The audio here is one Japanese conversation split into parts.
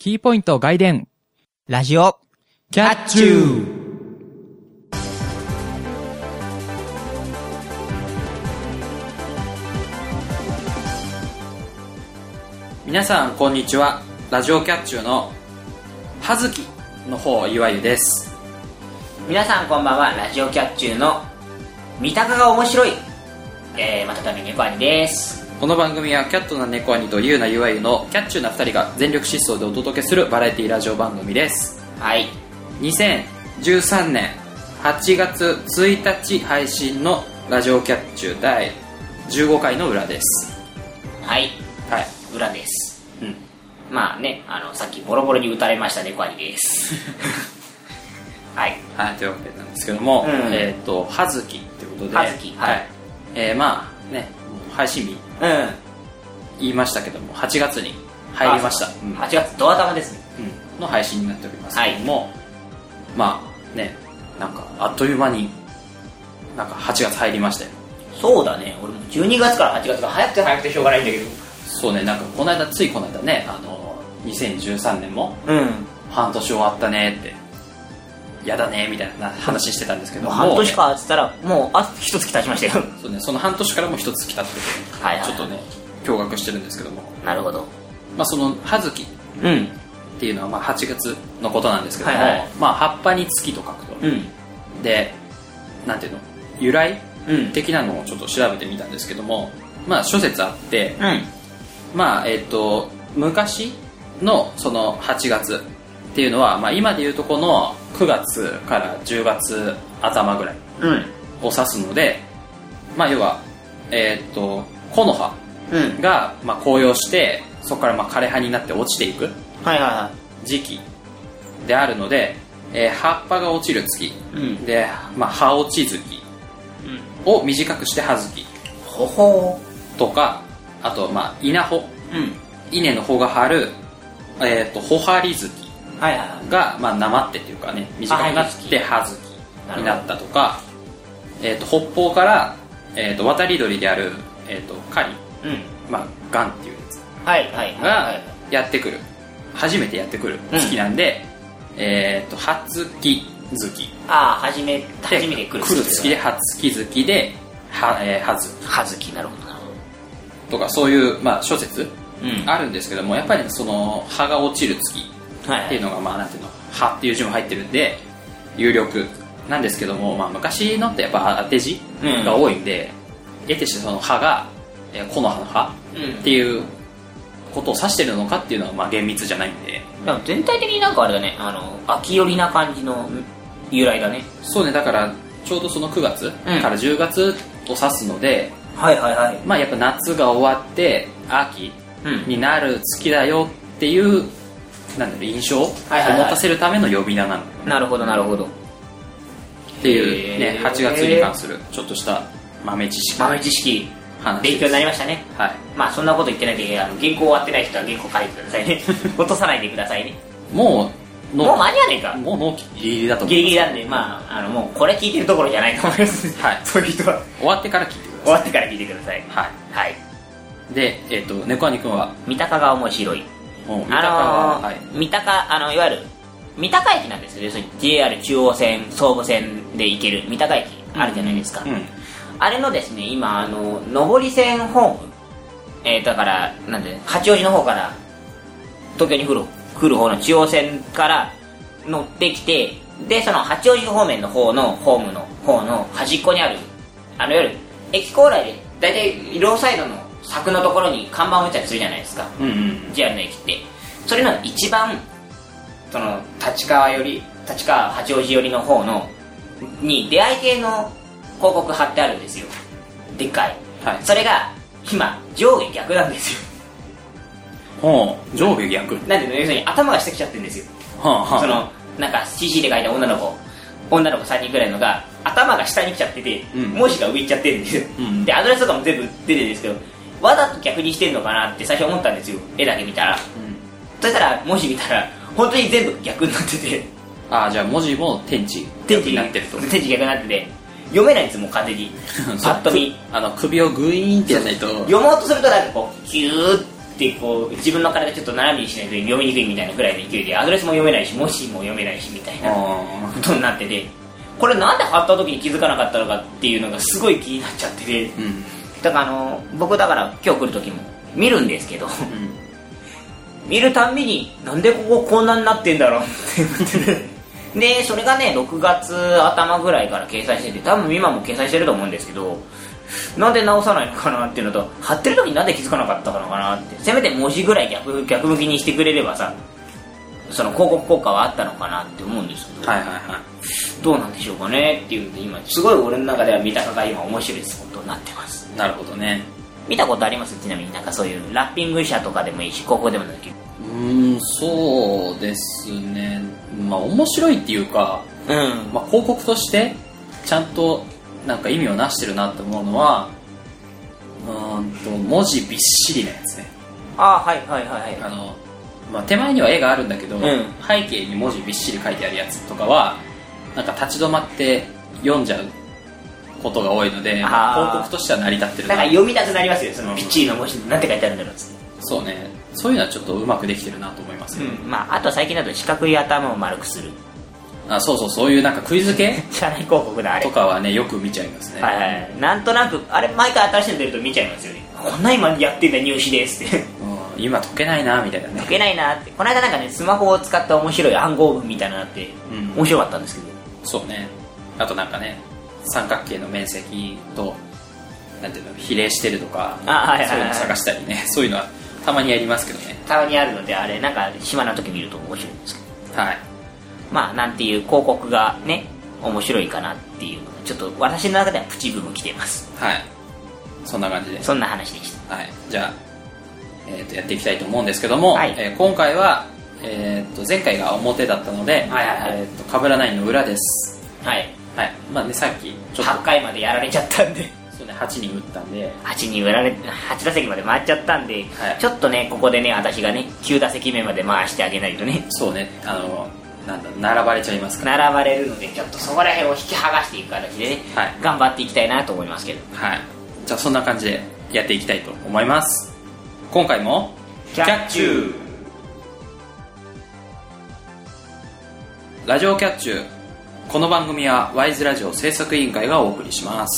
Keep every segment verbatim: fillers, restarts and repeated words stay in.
キーポイント外伝ラジオキャッチュー。 皆さんこんにちは。ラジオキャッチューの葉月の方岩井です。 皆さんこんばんは。ラジオキャッチューの三鷹が面白い、えー、またたび猫兄です。 この番組はキャットな猫兄とユウな岩井のキャッチューなふたりが全力疾走でお届けするバラエティラジオ番組です。 はい、 にせんじゅうさんねんはちがつついたち配信のラジオキャッチューだいじゅうごかいの裏です。 はいはい、 裏です。 うん、 まあね、あのさっきボロボロに打たれました猫兄ですはい、 はい、というわけなんですけども、 うん、 えっ、ー、と葉月ってことで、 葉月、はい、はい、 えー、まあね配信日、 うん、 言いましたけどもはちがつに入りました。うん、 はちがつドア玉ですね、 うん、の配信になっておりますけども、はい、まあね、なんかあっという間になんかはちがつ入りましたよ。 そうだね、俺もじゅうにがつからはちがつが早くて早くてしょうがないんだけど。 そうね、なんかこの間ついこの間ね、あのにせんじゅうさんねんも、 うん、 半年終わったねってやだねみたいな話してたんですけども、 半年かっつったらもうあと一月経ちましたよそうね、その半年からも一月経ってて、はいはいはい、ちょっとね驚愕してるんですけども。なるほど。 まあその葉月っていうのはまあはちがつのことなんですけども、はいはい、まあ葉っぱに月と書くと、うん、でなんていうの由来、うん、的なのをちょっと調べてみたんですけども、まあ諸説あって、うん、まあえっ、ー、と昔のそのはちがつっていうのは、まあ、今でいうとこのくがつからじゅうがつ頭ぐらいを指すので、うん、まあ要はえっ、ー、と木の葉が、まあ、紅葉してそこからまあ枯れ葉になって落ちていく時期であるので、えー、葉っぱが落ちる月、うん、で、まあ、葉落ち月を短くして葉月とか、あとまあ稲穂、うん、稲の穂が張る、えー、と穂張り月が、まあ、なまってっていうかね短くなって葉月になったとか、えー、と北方から、えー、と渡り鳥である、えー、と狩り、うん、まあガンっていうやつがやってくる、初めてやってくる月なんで、うん、えー、と葉月月、 ああ初め初めて来る来る月で葉月月で葉、えー、葉月葉月、なるほどなるほどとか、そういう、まあ、諸説あるんですけども、うん、やっぱりその葉が落ちる月っていうのが、まあなんていうの、葉っていう字も入ってるんで有力なんですけども、まあ、昔のってやっぱ当て字が多いんで、うん、得てしてその葉が木の葉の葉っていうことを指してるのかっていうのはまあ厳密じゃないんで、 でも全体的になんかあれだね、あの秋寄りな感じの由来だね。 そうね、だからちょうどそのくがつからじゅうがつを指すので、 うん、はいはいはい、 まあやっぱ夏が終わって秋になる月だよっていう、なんだろう、印象を持たせるための呼び名なんだよね。 なるほどなるほど。 っていうね、はちがつに関するちょっとした豆知識豆知識勉強になりましたね。はい。まあそんなこと言ってないで、あの原稿終わってない人は原稿書いてくださいね落とさないでくださいね。 もうもう間に合わねえか。 もう納期ギリギリだと思います。ギリギリなんで、まああのもうこれ聞いてるところじゃないと思いますはいそういう人は終わってから聞いてください。 終わってから聞いてください。はいはい。 で、えっ、ー、と猫兄くんは三鷹が面白い。 三鷹は、 あのーはい、三鷹、あのいわゆる三鷹駅なんですよ。要するに ジェイアール 中央線総武線で行ける三鷹駅あるじゃないですか、うんうん、あれのですね、今あの上り線ホーム、えー、だからなんで八王子の方から東京に来る来る方の中央線から乗ってきて、でその八王子方面の方のホームの方の端っこにある、あのいわゆる駅構内で大体両サイドの柵のところに看板を置いたりするじゃないですか、うんうん、ジェイアール の駅って。それの一番その立川より立川八王子寄りの方のに出会い系の広告貼ってあるんですよ、でっかい、はい、それが今上下逆なんですよ。 ほう、上下逆なんていうの、要するに頭が下きちゃってるんですよ、はあはあ、そのなんか シーシー で書いた女の子女の子さんにんくらいのが頭が下に来ちゃってて、うん、文字が上行っちゃってるんですよ、うん、でアドレスとかも全部出てるんですけど、わざと逆にしてんのかなって最初思ったんですよ、絵だけ見たら、うん、そしたら文字見たら本当に全部逆になってて、 ああ、じゃあ文字も天地天地になってると、天地逆になってて読めないんですもう完全にパッと見あの首をグイーンってやらないと読もうとするとなんかこうキューっってこう自分の体ちょっと斜めにしないと読みにくいみたいなくらいの勢いでアドレスも読めないし文字も読めないしみたいなことになってて、これなんで貼った時に気づかなかったのかっていうのがすごい気になっちゃってて、うん、だからあの僕だから今日来る時も見るんですけど、うん、見るたんびになんでこここんなになってんだろうって思ってでそれがねろくがつ頭ぐらいから掲載してて、多分今も掲載してると思うんですけど、なんで直さないのかなっていうのと、貼ってる時になんで気づかなかったのかなって、せめて文字ぐらい 逆, 逆向きにしてくれればさ、その広告効果はあったのかなって思うんですけど、 はいはいはい、 どうなんでしょうかねっていうので、今すごい俺の中では三鷹が今面白いスポットになってます。 なるほどね。 見たことあります？ちなみになんかそういうラッピング社とかでもいいし広告でもないけど。 うーん、そうですね、まあ面白いっていうか、うんまあ、広告としてちゃんとなんか意味をなしてるなって思うのは、うーんと文字びっしりなやつね。 ああはいはいはい、 あの、まあ、手前には絵があるんだけど、うん、背景に文字びっしり書いてあるやつとかはなんか立ち止まって読んじゃうことが多いので、広告としては成り立ってるな。 だから読みたくなりますよ、そのびっちりの文字なんて書いてあるんだろうっつって。 そうね、そういうのはちょっとうまくできてるなと思いますね、 うんまあ、あと最近だと四角い頭を丸くする、 あそうそう、そういうなんかクイズ系社内広告だあれとかはねよく見ちゃいますね。 はいはい、なんとなくあれ毎回新しいの出ると見ちゃいますよね。こんな今やってんだ入試ですって、 うん、今解けないなみたいなね。 解けないなって、この間なんかねスマホを使った面白い暗号文みたいなのあって、うん、面白かったんですけど。 そうね、あとなんかね三角形の面積となんていうの比例してるとか、あ、はいはいはい、そういうの探したりね、そういうのはたまにやりますけどね。 たまにあるので、あれなんか暇な時見ると面白いんですけど、 はい、 まあなんていう広告がね面白いかなっていうのがちょっと私の中ではプチブーム来てます。 はい、そんな感じで、 そんな話でした。 はい、じゃあ、えー、とやっていきたいと思うんですけども、はい、えー、今回は、えー、と前回が表だったので、はいはいはい、えー、とかぶらないの裏です。 はいはい、まあね、さっきちょっとはちかいまでやられちゃったんで、 そうね、はちにん打ったんではちにん打られはち打席まで回っちゃったんで、はい、ちょっとねここでね私がねきゅう打席目まで回してあげないとね。 そうね、あのなんだ並ばれちゃいますから、 並ばれるのでちょっとそこら辺を引き剥がしていく形でね、はい、頑張っていきたいなと思いますけど、 はい、じゃあそんな感じでやっていきたいと思います。今回もキャッチューラジオキャッチュー、この番組はワイズラジオ制作委員会がお送りします。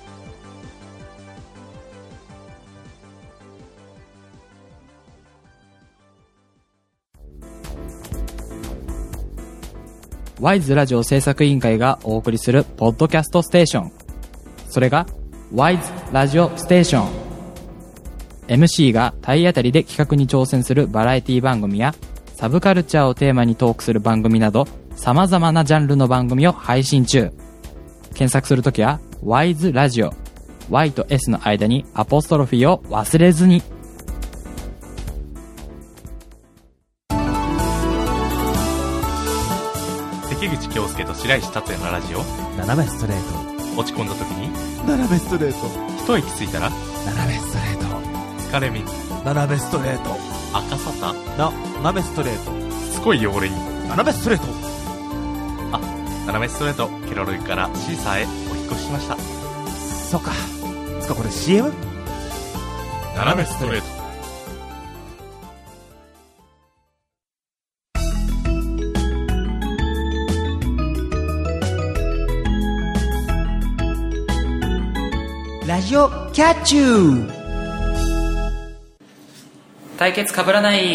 ワイズラジオ制作委員会がお送りするポッドキャストステーション、それがワイズラジオステーション。 エムシー が体当たりで企画に挑戦するバラエティ番組やサブカルチャーをテーマにトークする番組など様々なジャンルの番組を配信中。検索するときは ワイズ ラジオ、 Y と S の間にアポストロフィーを忘れずに。 関口京介と白石達也のラジオ斜めストレート。落ち込んだ時に斜めストレート。 一息ついたら斜めストレート。 疲れ目斜めストレート。 赤さたな斜めストレート。 しつこい汚れに斜めストレート。 あ、斜めストレートケロロイからシーサーへお引っ越ししました。 そうか、つかこれ シーエム？ 斜めストレート。 ラジオキャッチュー対決かぶらない。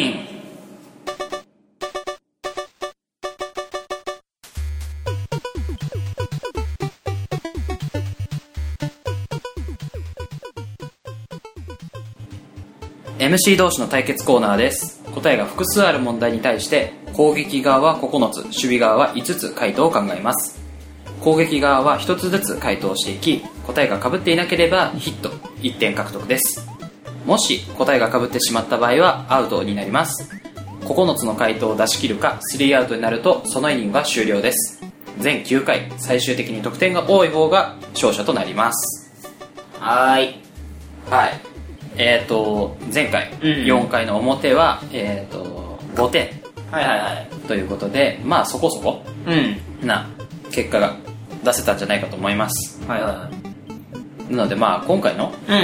エムシー 同士の対決コーナーです。答えが複数ある問題に対して攻撃側はここのつ、守備側はいつつ回答を考えます。攻撃側はひとつずつ回答していき、答えが被っていなければヒット、いってん獲得です。もし答えが被ってしまった場合はアウトになります。ここのつの回答を出し切るかスリーアウトになるとそのイニングは終了です。全きゅうかい、最終的に得点が多い方が勝者となります。 はーい。 はい。えーと前回、うん、よんかいの表は、えーとごてん、 はいはいはい、 ということで、まあそこそこ、うん、な結果が出せたんじゃないかと思います。 はいはいはい。 なのでまあ今回の、 うん、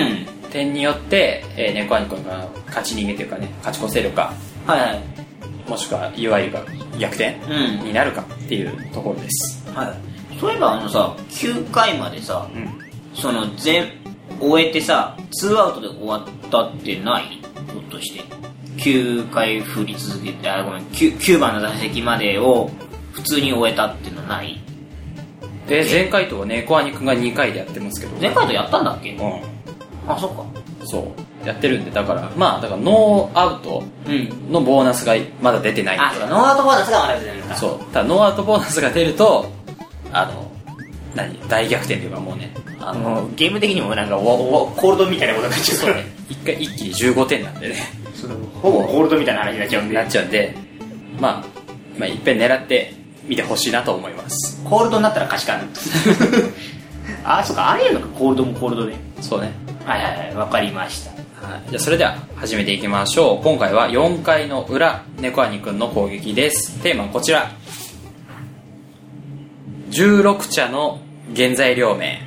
点によって、えー、猫兄くんが勝ち逃げというかね、勝ち越せるか、 はいはい、 もしくはいわゆる逆転、うん、になるかっていうところです。 はい。そういえばあのさ、きゅうかいまでさ、うん、その全終えてさ、ツーアウトで終わったってない？ひょっとしてきゅうかい振り続けて、あ、ごめん、 9, きゅうばんの打席までを普通に終えたっていうのはない？ で、前回と猫兄くんがにかいでやってますけど。 前回とやったんだっけ？うん。あ、そっか。 そうやってるんで、だからまあだからノーアウトのボーナスがまだ出てないんで、 あ、そうか、ノーアウトボーナスがまだ出てないんだ。 そう、ただノーアウトボーナスが出ると、あの何大逆転というか、もうね、あのもうゲーム的にもなんかコールドみたいなことになっちゃうからね。 一回一気にじゅうごてんなんでね、 そのほぼコールドみたいな話になっちゃうんでなっちゃうんで、まあまあいっぺん狙って見てほしいなと思います。 コールドになったら勝ちかな。あ、そうか、あれいうのか、コールドもコールドで。 そうね。 はいはいはい、わかりました。 はい、じゃあそれでは始めていきましょう。今回はよんかいの裏、猫兄くんの攻撃です。テーマはこちら、じゅうろく茶の原材料名。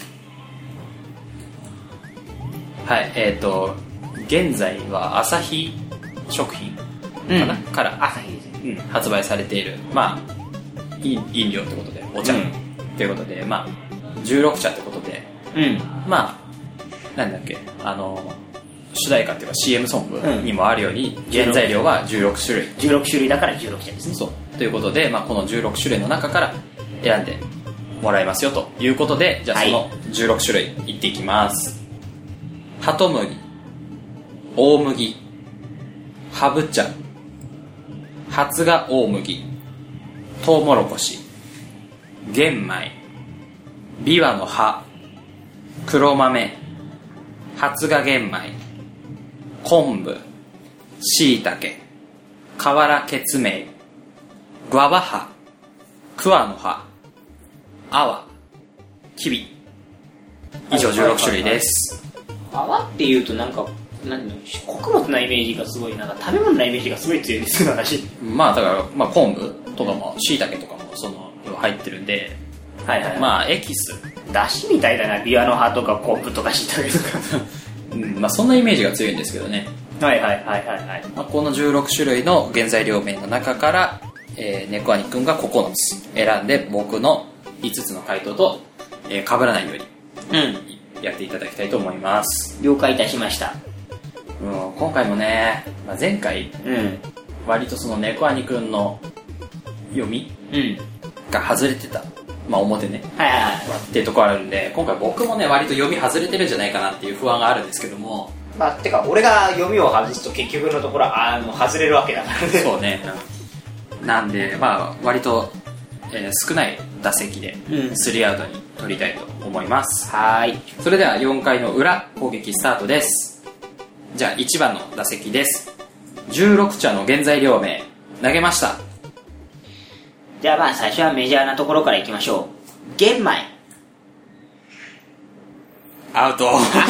はい、えっ、ー、と現在はアサヒ食品かな、うん、からアサヒですね、 うん、発売されている、まあ飲料ってことで、お茶、うん、ということで、まあじゅうろく茶ってことで、うん、まあなんだっけ、あの主題歌っていうか シーエム ソングにもあるように、うん、原材料はじゅうろくしゅるい、 じゅうろくしゅるいだからじゅうろく茶ですね。 そうということで、まあ、このじゅうろくしゅるいの中から選んでもらいますよということで、じゃあそのじゅうろくしゅるいいっていきます。ハトムギ、大麦、ハブ茶、発芽大麦、トウモロコシ、玄米、ビワの葉、黒豆、発芽玄米、昆布、しいたけ、瓦ケツメイ、グワバ葉、クワの葉、アワ、キビ、以上じゅうろくしゅるいです。 アワっていうとなんか何の穀物なイメージがすごい、なんか食べ物なイメージがすごい強いですよ、私。 まあだから、まあ、昆布とかもしいたけとかもその入ってるんで、はいはいはい、まあエキス、 だしみたいだな、ビワの葉とか昆布とかしいたけとか。 うん、まあそんなイメージが強いんですけどね。 はいはいはいはいはい。 まあ、このじゅうろくしゅるいの原材料名の中から、えー、猫兄くんがここのつ選んで、僕のいつつの回答と、えー、被らないように、うん、やっていただきたいと思います。 了解いたしました。 うん、今回もね、まあ、前回、うん、割とその猫兄くんの読み、うん、が外れてた、まあ表ね、はいはいはい、っていうところあるんで、今回僕もね割と読み外れてるんじゃないかなっていう不安があるんですけども、 まあてか俺が読みを外すと結局のところあの外れるわけだからね。 そうね。なんでまあ割と、えー、少ない打席でスリーアウトに取りたいと思います。 うん、はい。 それではよんかいの裏攻撃スタートです。じゃあいちばんの打席です。じゅうろく茶の原材料名投げました。 じゃあまあ最初はメジャーなところからいきましょう。玄米。 アウト。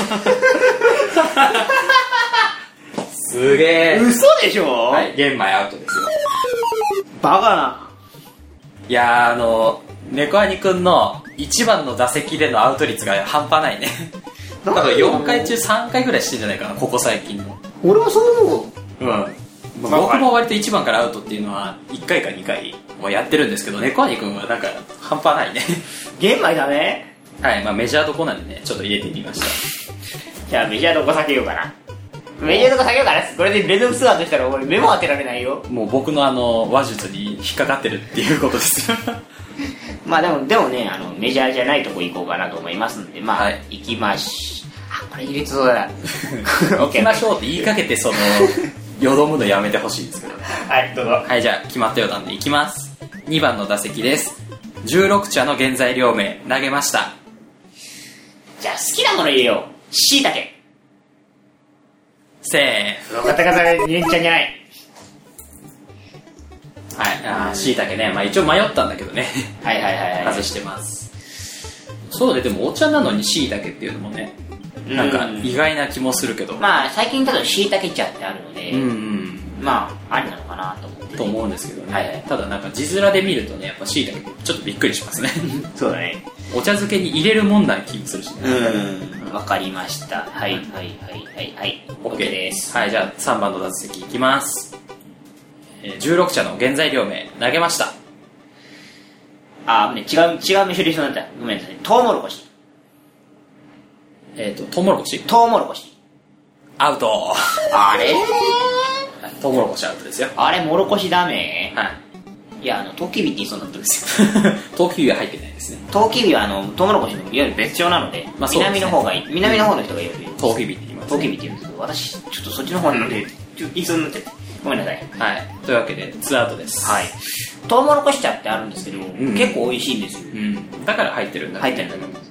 すげえ。 嘘でしょ。 はい、玄米アウトですよ。 バカな。 いやー、あの猫兄くんのいちばんの打席でのアウト率が半端ないね。多分よんかいちゅうさんかいぐらいしてんじゃないかな、ここ最近の。 俺もそう思う。 うん、まあ、僕も割といちばんからアウトっていうのはいっかいかにかいもやってるんですけど、猫兄くんはなんか半端ないね。 玄米だね。 はい、まあメジャーどこなんでね、ちょっと入れてみました。 じゃあメジャーどこ避けようかな。メジャーどこ避けようかな。これで連続ツアーとしたら俺目も当てられないよ。 もう僕のあの話術に引っかかってるっていうことですよ。 まあでもでもね、あのメジャーじゃないとこ行こうかなと思いますんで、まあ、はい、行きましあ、これ入れそうだな。 行きましょうって言いかけてそのよどむのやめてほしいですけど。 はい、どうぞ。 はい、じゃあ決まったようなんで行きます。にばんの打席です。じゅうろく茶の原材料名投げました。 じゃあ好きなもの入れよう。しいたけ。 セーフ。 分かった方がに連ちゃんじゃない。 はい、あー、しいたけね、まあ一応迷ったんだけどね。 はいはいはい、はい、 外してます。そうで、でもお茶なのにしいたけっていうのもね、なんか意外な気もするけど、 まあ最近だとしいたけ茶ってあるので、 うんうん、 まあありなのかなと思って、ね、 と思うんですけどね、はいはい、ただなんか字面で見るとね、やっぱしいたけちょっとびっくりしますね。 そうだね。 お茶漬けに入れるもんな気もするしね。 うん、 わかりました。はいはいはいはいはい OK です。 はい、じゃあさんばんの打席いきます。えー、じゅうろく茶の原材料名投げました。 あー、ね、違う違う名称でしょなんだ。ごめんなさい。トウモロコシ。 えっ、ー、とトウモロコシトウモロコシアウト。 あれトウモロコシアウトですよ。 あれモロコシダメ。 はいいや、あのトウキビって言いそうになってるんですよ。 トウキビは入ってないですね。 トウキビはあのトウモロコシのいわゆる別称なので、まあそうですね、南の方がいい、南の方の人が言うトウキビって言います、ね、 トウキビって言うんですけど、私ちょっとそっちの方なのでちょっと言いそうになっちゃってごめんなさい。 はい、というわけでツーアウトです。 はい。トウモロコシ茶ってあるんですけど、うん、結構美味しいんですよ、 うん、だから入ってるんだ、ね、 入ってるんだと思います。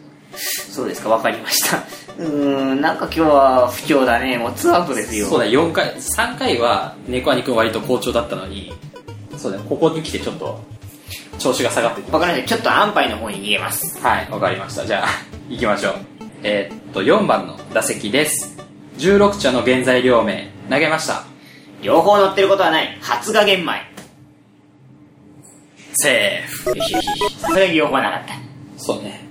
そうですか、わかりました。うーん、なんか今日は不調だね。もうツーアウトですよ。 そうだ、よんかいさんかいは猫兄くん割と好調だったのに、そうだ、ここに来てちょっと調子が下がってきて、 わかりました。ちょっと安牌の方に逃げます。 はい、わかりました。じゃあ行きましょう。えー、っとよんばんの打席です。じゅうろく茶の原材料名投げました。 両方載ってることはない。発芽玄米。 セーフ。 よしよしよし。さすがに両方なかった。 そうね、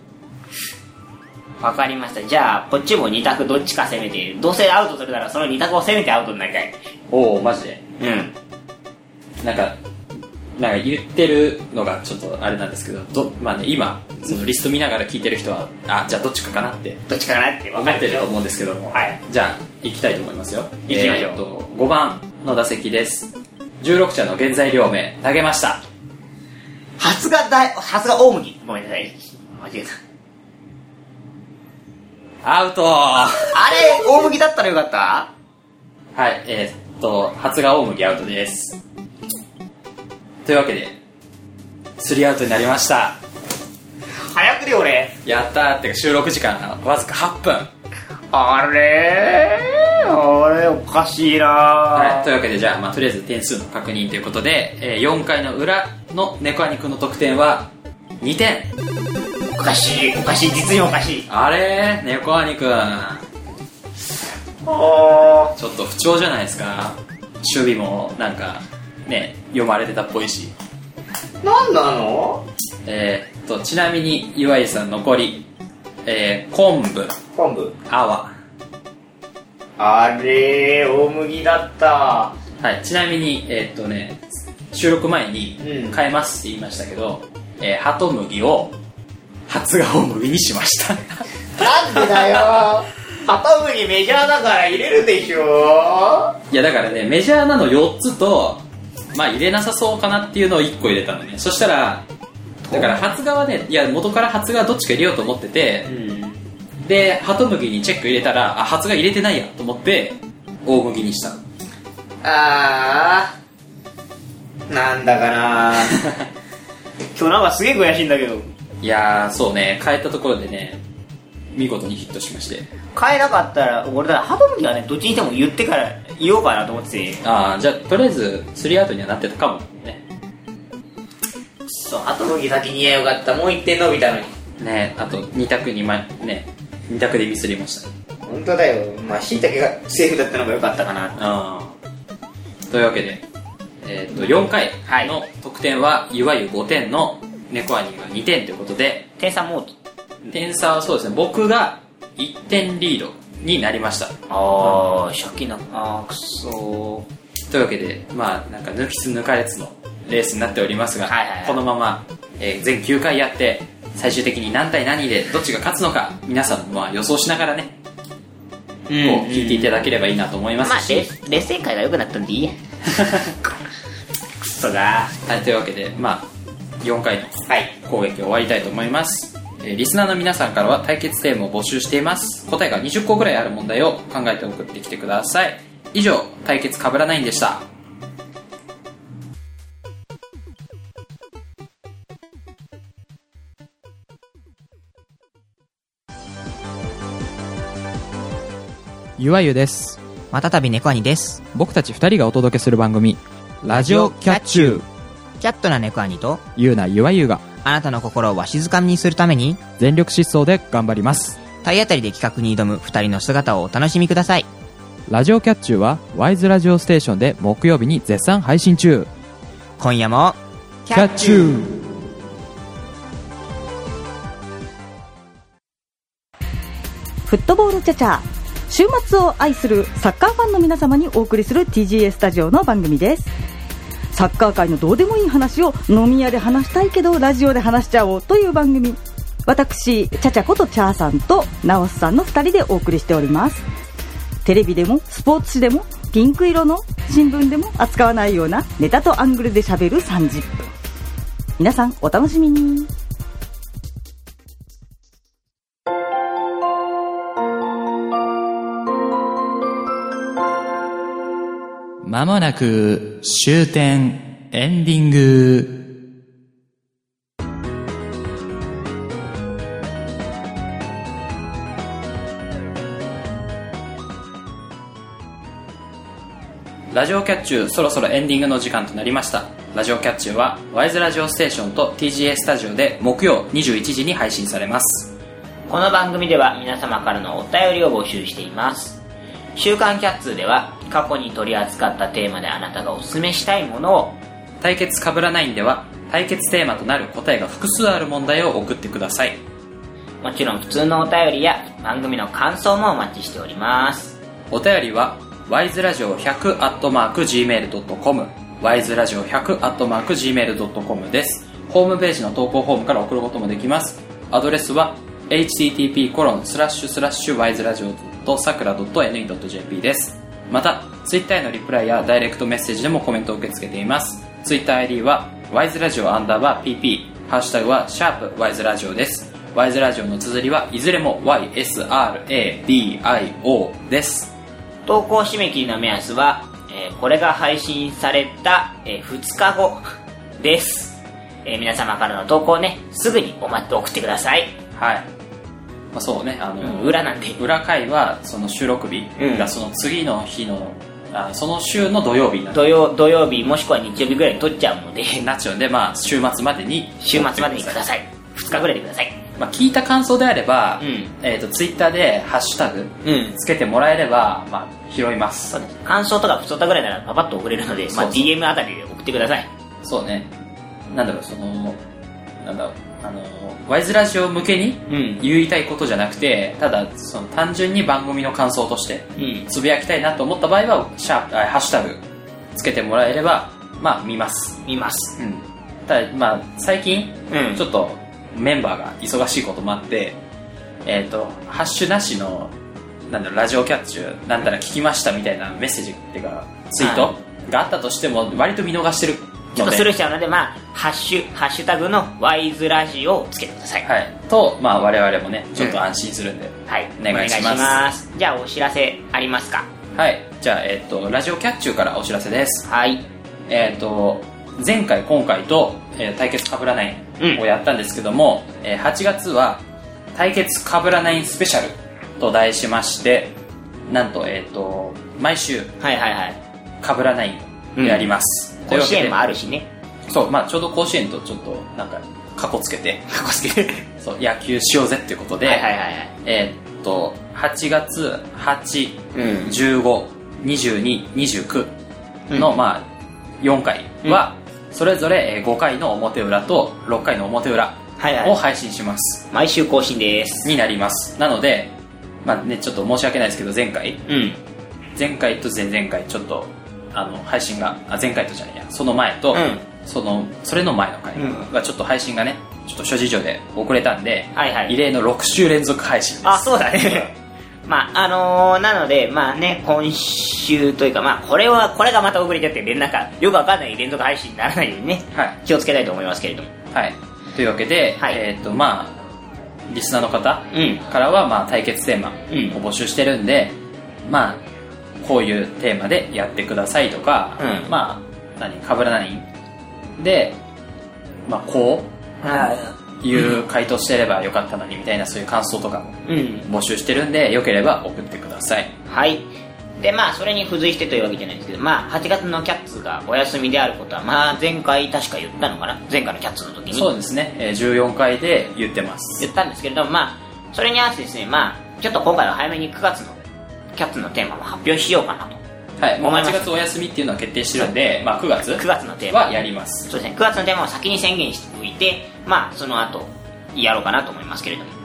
わかりました。じゃあこっちもに択どっちか攻めて、どうせアウトするならそのに択を攻めてアウトになりたい。 おお、マジで。 うん。 なんかなんか言ってるのがちょっとあれなんですけど、ど、まあね、今そのリスト見ながら聞いてる人は、あ、じゃあどっちかかなってどっちかかなって分かってると思うんですけども、 はい、 じゃあ行きたいと思いますよ。 行きましょう。 えー、とごばんの打席です。じゅうろく茶の原材料名投げました。 発芽大発芽大麦。ごめんなさい、間違えた。アウトー。 あれ大麦だったらよかった。 はい、えー、っと発芽大麦アウトです。というわけでスリーアウトになりました。 早くで俺やったー。ってか収録時間わずかはっぷん。 あれーあれおかしいなー。 はい、というわけでじゃあ、まあ、とりあえず点数の確認ということで、えー、よんかいの裏の猫兄くんの得点はにてん。 おかしいおかしい、実におかしい。 あれー猫兄くん、 あちょっと不調じゃないですか。守備もなんかね読まれてたっぽいし。 なんなの。 えー、っとちなみに岩井さん残り、えー、昆布昆布泡。 あれー大麦だった。 はい、ちなみにえー、っとね収録前に変えますって言いましたけど、うん、えー、ハト麦を発芽大麦にしました。 なんでだよ。ハト麦メジャーだから入れるでしょ。 いやだからね、メジャーなのよっつと、まあ入れなさそうかなっていうのをいっこ入れたのね。そしたらだから発芽はね、いや元から発芽はどっちか入れようと思ってて、うん、でハト麦にチェック入れたら、あ、発芽入れてないやと思って大麦にした。 あーなんだかな。今日なんかすげえ悔しいんだけど。 いやーそうね、変えたところでね見事にヒットしまして。 変えなかったら俺だからハト麦はねどっちにしても言ってから言おうかなと思ってて。ああ、じゃあとりあえずスリーアウトにはなってたかもね。 そう、ハト麦先に言えばよかった。もういってん伸びたのにね。あとに択に、ま、ねに択でミスりました。 本当だよ。まあしいたけがセーフだったのがよかったかな。 あというわけで、えー、とよんかいの得点はいわゆるごてんの猫兄がにてんということで、 点差も点差はそうですね、僕がいってんリードになりました。 ああ、借金な、あーくそー。というわけで、まあなんか抜きつ抜かれつのレースになっておりますが、はいはいはい、このまま、えー、全きゅうかいやって最終的に何対何でどっちが勝つのか皆さんもまあ予想しながらね、うん、こう聞いていただければいいなと思いますし、 まあ、劣勢会が良くなったんでいいや。くそがー。はい、というわけで、まあよんかいの攻撃を終わりたいと思います。えー、リスナーの皆さんからは対決テーマを募集しています。答えがにじゅっこぐらいある問題を考えて送ってきてください。以上、対決かぶらないんでした。 ゆわゆです。 またたび猫兄です。 僕たちふたりがお届けする番組、ラジオキャッチュー。 キャットな猫兄とゆうなゆわゆがあなたの心をわしづかみにするために全力疾走で頑張ります。 体当たりで企画に挑むふたりの姿をお楽しみください。 ラジオキャッチューはワイズラジオステーションで木曜日に絶賛配信中。 今夜もキャッチュー。 フットボールチャチャ、週末を愛するサッカーファンの皆様にお送りする ティージーエー スタジオの番組です。サッカー界のどうでもいい話を飲み屋で話したいけどラジオで話しちゃおうという番組。私チャチャことチャーさんとナオスさんのふたりでお送りしております。テレビでもスポーツ紙でもピンク色の新聞でも扱わないようなネタとアングルで喋るさんじゅっぷん。皆さんお楽しみに。 まもなく終点エンディング。 ラジオキャッチューそろそろエンディングの時間となりました。ラジオキャッチューはワイズラジオステーションと ティージーエー スタジオで木曜にじゅういちじに配信されます。 この番組では皆様からのお便りを募集しています。週刊キャッツーでは過去に取り扱ったテーマであなたがおすすめしたいものを、 対決かぶらないんでは対決テーマとなる答えが複数ある問題を送ってください。 もちろん普通のお便りや番組の感想もお待ちしております。 お便りはワイズラジオひゃく アットマーク ジーメール ドットコム ワイズラジオひゃく アットマーク ジーメール ドットコム です。ホームページの投稿フォームから送ることもできます。アドレスは エイチティーティーピーコロンスラッシュスラッシュワイズラジオドットサクラドットエヌイードットジェーピー です。またツイッターへのリプライやダイレクトメッセージでもコメントを受け付けています。ツイッター アイディー はワイズラジオアンダーバー ピーピー、ハッシュタグはシャープワイズラジオです。ワイズラジオの綴りはいずれも ワイエスアールエーディーアイオー です。 投稿締め切りの目安は、えー、これが配信された、えー、ふつかごです。えー、皆様からの投稿ね、すぐにお待って送ってください。 はい。まあ、そうね、あの、 うん、裏なんで。 裏回はその収録日がその次の日の、うん、あその週の土曜日にな土曜土曜日もしくは日曜日ぐらいに撮っちゃうので、 なっちゃうんで、まあ週末までに週末までにください。ふつかぐらいでください。 まあ、聞いた感想であれば、 うんえーと、ツイッターでハッシュタグつけてもらえれば、まあ、拾います。 そうです。感想とか普通たぐらいならパパッと送れるので、まあ、ディーエム あたりで送ってください。 そうね。なんだろう、そのなんだろう、あのワイズラジオ向けに言いたいことじゃなくて、うん、ただその単純に番組の感想としてつぶやきたいなと思った場合は、シャープハッシュタグつけてもらえれば、まあ見ます見ます、 うん、ただまあ最近、 うん、 ちょっとメンバーが忙しいこともあって、えーと、ハッシュなしのなんだろう、ラジオキャッチューなんたら聞きましたみたいなメッセージっていうかツイートがあったとしても割と見逃してるので、 ちょっとスルーしちゃうので、まあ、ハッシュハッシュタグのワイズラジオをつけてください。 はい。と、まあ、我々もねちょっと安心するんで、うん、 はい、 お願いします。 お願いします。じゃあお知らせありますか？ はい。じゃあ、えっとラジオキャッチューからお知らせです。 はい。 えっと前回今回と、えー、対決かぶらないをやったんですけども、うんえー、はちがつは対決かぶらないスペシャルと題しまして、なんとえっと毎週はいはいはいかぶらないをやります。 うん、甲子園もあるしね。 そう、まあちょうど甲子園とちょっとなんかカコつけてカコつけてそう野球しようぜっていうことで、 はいはいはいはい、 えー、っとはちがつはち、じゅうご、にじゅうに、にじゅうくの、うん、まあよんかいは、うん、それぞれごかいの表裏とろっかいの表裏を配信します、 はいはい、毎週更新ですになります。なのでまあね、ちょっと申し訳ないですけど、前回、 うん、 前回と前々回ちょっとあの配信があ前回とじゃないやその前と、 うんそのそれの前の回がちょっと配信がねちょっと諸事情で遅れたんで、 はいはい、 異例のろくしゅう連続配信です。 あ、そうだねまああのー、なのでまあね今週というかまあこれはこれがまた遅れちゃってなんかよくわかんない連続配信にならないようにね、 はい、 気をつけたいと思いますけれども、 はいというわけで、はい、えっ、ー、とまあリスナーの方からは、まあ、対決テーマを募集してるんで、うん、まあこういうテーマでやってくださいとか、うん、まあ何かぶらないで、まあ、こういう回答してればよかったのにみたいなそういう感想とかも募集してるんで、よければ送ってください。 はい。でまあそれに付随してというわけじゃないんですけど、まあはちがつのキャッツがお休みであることはまあ前回確か言ったのかな、前回のキャッツの時に。 そうですね、じゅうよんかいで言ってます。 言ったんですけれども、まあそれに合わせてですね、まあちょっと今回は早めにくがつのキャッツのテーマも発表しようかなと。 はい、もうはちがつお休みっていうのは決定してるんで、まあ、くがつくがつのテーマはやります。 そうですね、くがつのテーマを先に宣言しておいて、まあその後やろうかなと思いますけれども、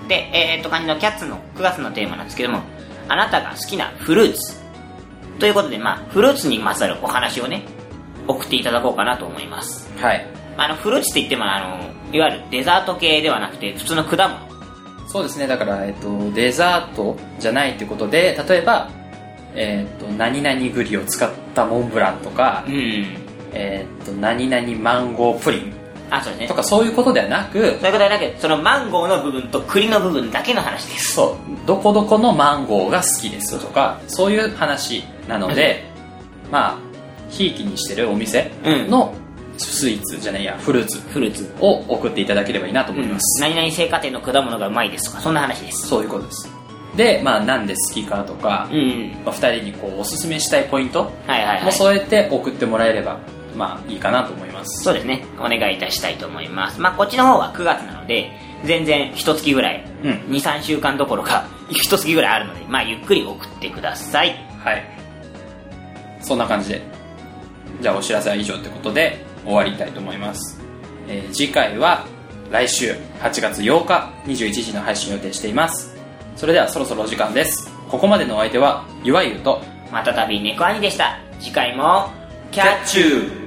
で、えー、っと、漢字のキャッツのくがつのテーマなんですけども、あなたが好きなフルーツ。ということで、まあ、フルーツにまつわるお話をね、送っていただこうかなと思います。 はい。 あの、フルーツって言っても、あの、いわゆるデザート系ではなくて、普通の果物。 そうですね。だから、えっと、デザートじゃないってことで、例えば、えっと、何々栗を使ったモンブランとか、うん、えっと、何々マンゴープリン。 あ、そうですね。 とかそういうことではなく、そういうことではなく、そのマンゴーの部分と栗の部分だけの話です。 そう。どこどこのマンゴーが好きですとか、そういう話なので、まあ、ひいきにしてるお店のスイーツじゃないや、フルーツ。 フルーツ。 を送っていただければいいなと思います。 うん、何々青果店の果物がうまいですとか、そんな話です。 そういうことです。で、まあ、なんで好きかとか、うんうんまあ、ふたりにこうおすすめしたいポイントも添えて送ってもらえれば、まあいいかなと思います。 そうですね、お願いいたしたいと思います。まあこっちの方はくがつなので全然一月ぐらい、うん、にさんしゅうかんどころか一月ぐらいあるので、まあゆっくり送ってください。 はい、そんな感じで、じゃあお知らせは以上ってことで終わりたいと思います。えー、次回は来週はちがつようかにじゅういちじの配信予定しています。それではそろそろお時間です。ここまでのお相手はゆわゆうとまたたび猫兄でした。次回もキャッチュー。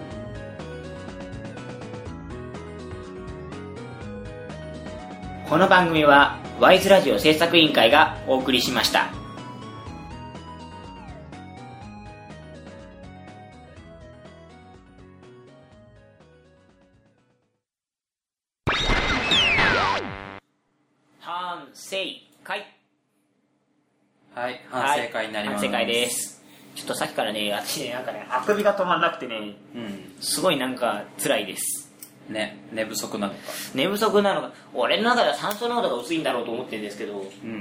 この番組はワイズラジオ制作委員会がお送りしました。反省会。 はい、反省会になります。 反省会です。ちょっとさっきからね、私ね、なんかね、あくびが止まんなくてね、うん、すごいなんか辛いです。 ね、寝不足なのか。 寝不足なのか、俺の中では酸素濃度が薄いんだろうと思ってるんですけど、うん、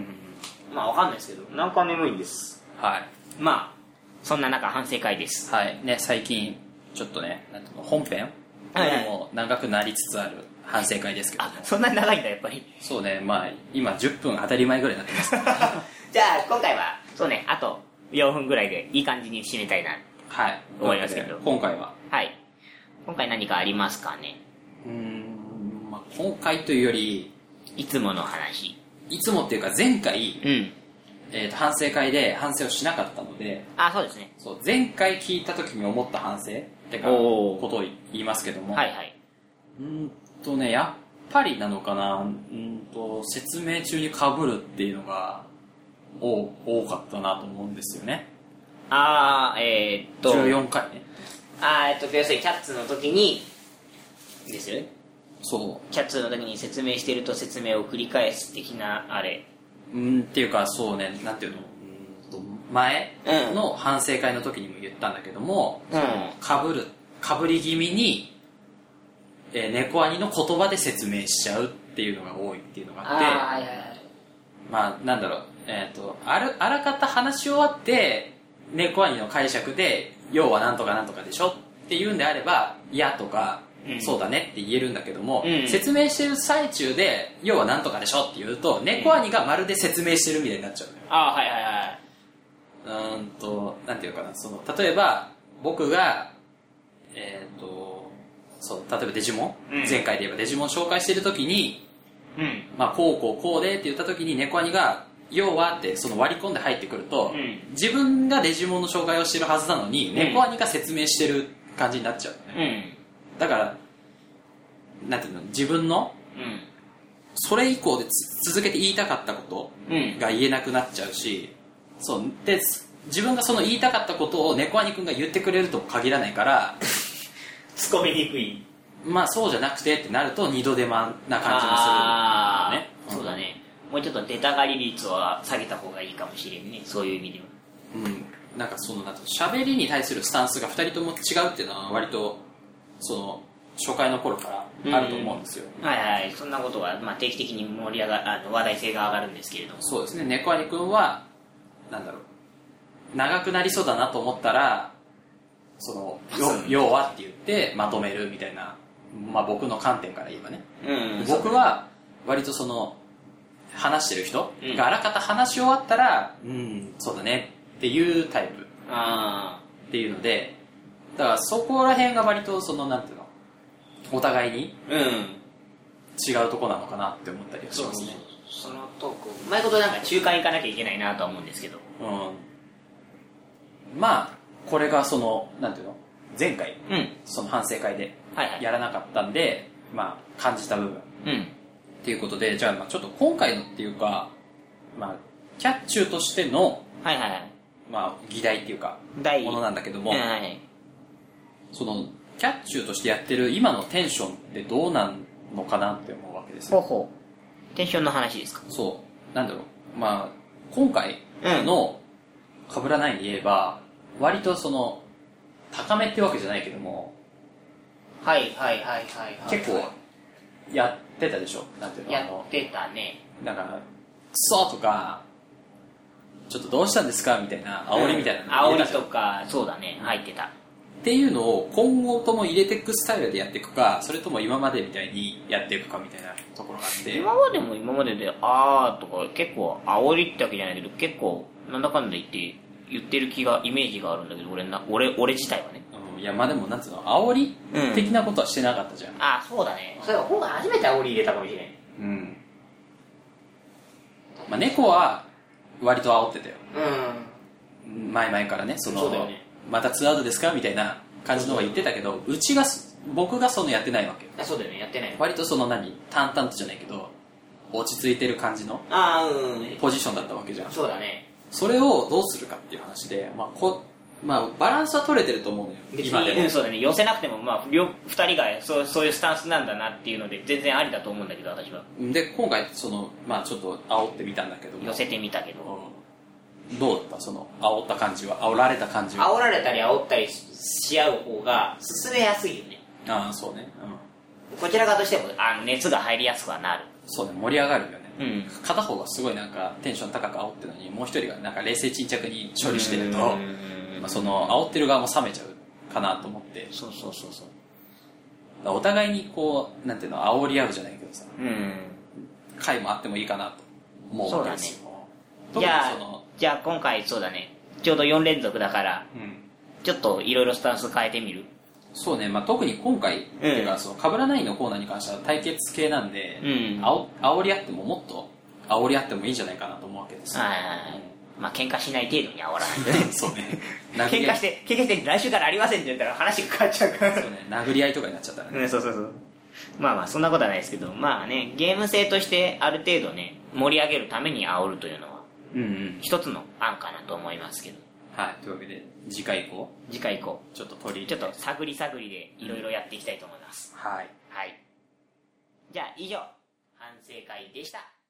まあわかんないですけど、なんか眠いんです。 はい。 まあ、そんな中反省会です。 はい。ね、最近、ちょっとね、なんていうの、本編も長くなりつつある反省会ですけど、 あ、そんなに長いんだ、やっぱり。 そうね、まあ、今じゅっぷん当たり前ぐらいになってます。 じゃあ、今回は、そうね、あとよんぷんぐらいでいい感じに締めたいな、 はい。 思いますけど。 今回ははい。今回何かありますかね。 うーん、まあ、今回というよりいつもの話、 いつもっていうか前回、うんえー、と反省会で反省をしなかったので、 あ、そうですね。 そう前回聞いた時に思った反省ってかことを言いますけども、 はいはい、 うーんとねやっぱりなのかな、うんと説明中に被るっていうのが多かったなと思うんですよね。 あーえー、っとじゅうよんかいね。 あーえっと要するにキャッツの時にですよね。 そうキャッツの時に説明してると説明を繰り返す的なあれうんっていうか、そうね、なんていうの、うんと前の反省会の時にも言ったんだけども、うん、かぶるかぶり気味に、えー、猫兄の言葉で説明しちゃうっていうのが多いっていうのがあって、あ、はいはいはい、まあなんだろう、えっとあるあらかた話し終わって猫兄の解釈で要はなんとかなんとかでしょっていうんであれば嫌とか、うん、そうだねって言えるんだけども、うん、説明してる最中で要はなんとかでしょって言うと猫兄がまるで説明してるみたいになっちゃうのよ。 ああ、はいはいはい。 うーんとなんていうかな、その例えば僕がえっ、ー、とそう例えばデジモン、うん、前回で言えばデジモン紹介してる時に、うんまあ、こうこうこうでって言った時に猫兄が要はってその割り込んで入ってくると、うん、自分がデジモンの紹介をしてるはずなのに、うん、猫兄が説明してる感じになっちゃうのね、うん、だからなんていうの、自分の、うん、それ以降で続けて言いたかったことが言えなくなっちゃうし、うん、そうで自分がその言いたかったことを猫兄くんが言ってくれるとも限らないから突っ込みにくい。 まあそうじゃなくてってなると二度手間な感じもする、 あー、ね、うん、そうだね。もうちょっと出たがり率は下げた方がいいかもしれんね、そういう意味では。 うん、なんかそのなんか喋りに対するスタンスがふたりとも違うっていうのは割とその初回の頃からあると思うんですよ、 うん、はいはい、そんなことは、まあ、定期的に盛り上があの話題性が上がるんですけれども。 そうですね、猫兄くんはなんだろう、長くなりそうだなと思ったらその要はって言ってまとめるみたいな、まあ、僕の観点から言えばね、うん、僕は割とその話してる人があらかた話し終わったら、うん、うん、そうだねっていうタイプっていうので、だからそこら辺が割とそのなんていうの、お互いに違うとこなのかなって思ったりはしますね。 そのトークうまいことなんか中間行かなきゃいけないなとは思うんですけど、 うん、まあこれがそのなんていうの前回、うん、その反省会でやらなかったんで、はいはい、まあ感じた部分、うん、っていうことで、じゃあまあちょっと今回のっていうか、まあキャッチューとしての、はいはいはい、まあ議題っていうかものなんだけども、はいはい、そのキャッチューとしてやってる今のテンションってどうなんのかなって思うわけですよ。 ほうほう。テンションの話ですか。 そう。なんだろう。まあ今回の被らないで言えば、割とその高めってわけじゃないけども、 はいはいはいはい、はい、 結構やってたでしょ。なんていうの、 やってたね。 なんかクソとかちょっとどうしたんですかみたいな煽りみたいな、 うん、煽りとかそうだね、入ってたっていうのを今後とも入れていくスタイルでやっていくか、それとも今までみたいにやっていくかみたいなところがあって、 今までも今までであーとか結構煽りってわけじゃないけど、結構なんだかんだ言って言ってる気がイメージがあるんだけど、俺な俺俺自体はね、 うん、いやまあでもなんつうの煽り的なことはしてなかったじゃん、 うん、あそうだね、それは今回初めて煽り入れたかもしれない。うん、 まあ猫は割と煽ってたよ、うん、前々からね、そのそうだよね、 またツーアウトですかみたいな感じのは言ってたけど、うちが僕がそのやってないわけよ。 あそうだよね、やってない。 割とその何淡々とじゃないけど落ち着いてる感じのあ、うん、 ポジションだったわけじゃん。 そうだね。 それをどうするかっていう話で、まあこまあ、バランスは取れてると思うのよ今でも。 そうだね、寄せなくても、まあ、両二人がそうそういうスタンスなんだなっていうので全然ありだと思うんだけど、私は。 で今回その、まあ、ちょっと煽ってみたんだけども、 寄せてみたけど、 うん、どうだったその煽った感じは、煽られた感じは。 煽られたり煽ったりし合う方が進めやすいよね。 ああそうね、うん、 こちら側としてもあの熱が入りやすくはなる。 そうね、盛り上がるよね、 うん、 片方がすごいなんかテンション高く煽ってるのに、もう一人がなんか冷静沈着に処理してると、まあ、その煽ってる側も冷めちゃうかなと思って。 そうそうそうそう、 お互いにこうなんていうの煽り合うじゃないけどさ、うん、回もあってもいいかなと思うわけですよ。 そうだね。じゃあじゃあ今回そうだね、ちょうどよん連続だから、うん、ちょっといろいろスタンス変えてみる。 そうね、まあ、特に今回、うん、っていうかその被らないのコーナーに関しては対決系なんで、うん、あお煽り合ってももっと煽り合ってもいいんじゃないかなと思うわけですよ。はいはいはい、 うん、まあ喧嘩しない程度に煽らないとそうね喧嘩して喧嘩して来週からありませんって言ったら話が変わっちゃうからそうね、殴り合いとかになっちゃったらね、 うん、そうそうそう、まあまあそんなことはないですけど、まあね、ゲーム性としてある程度ね盛り上げるために煽るというのは、うんうん、一つの案かなと思いますけど。 はい、というわけで次回以降次回以降ちょっと取りちょっと探り探りでいろいろやっていきたいと思います、 うん、はい、 はい、じゃあ以上反省会でした。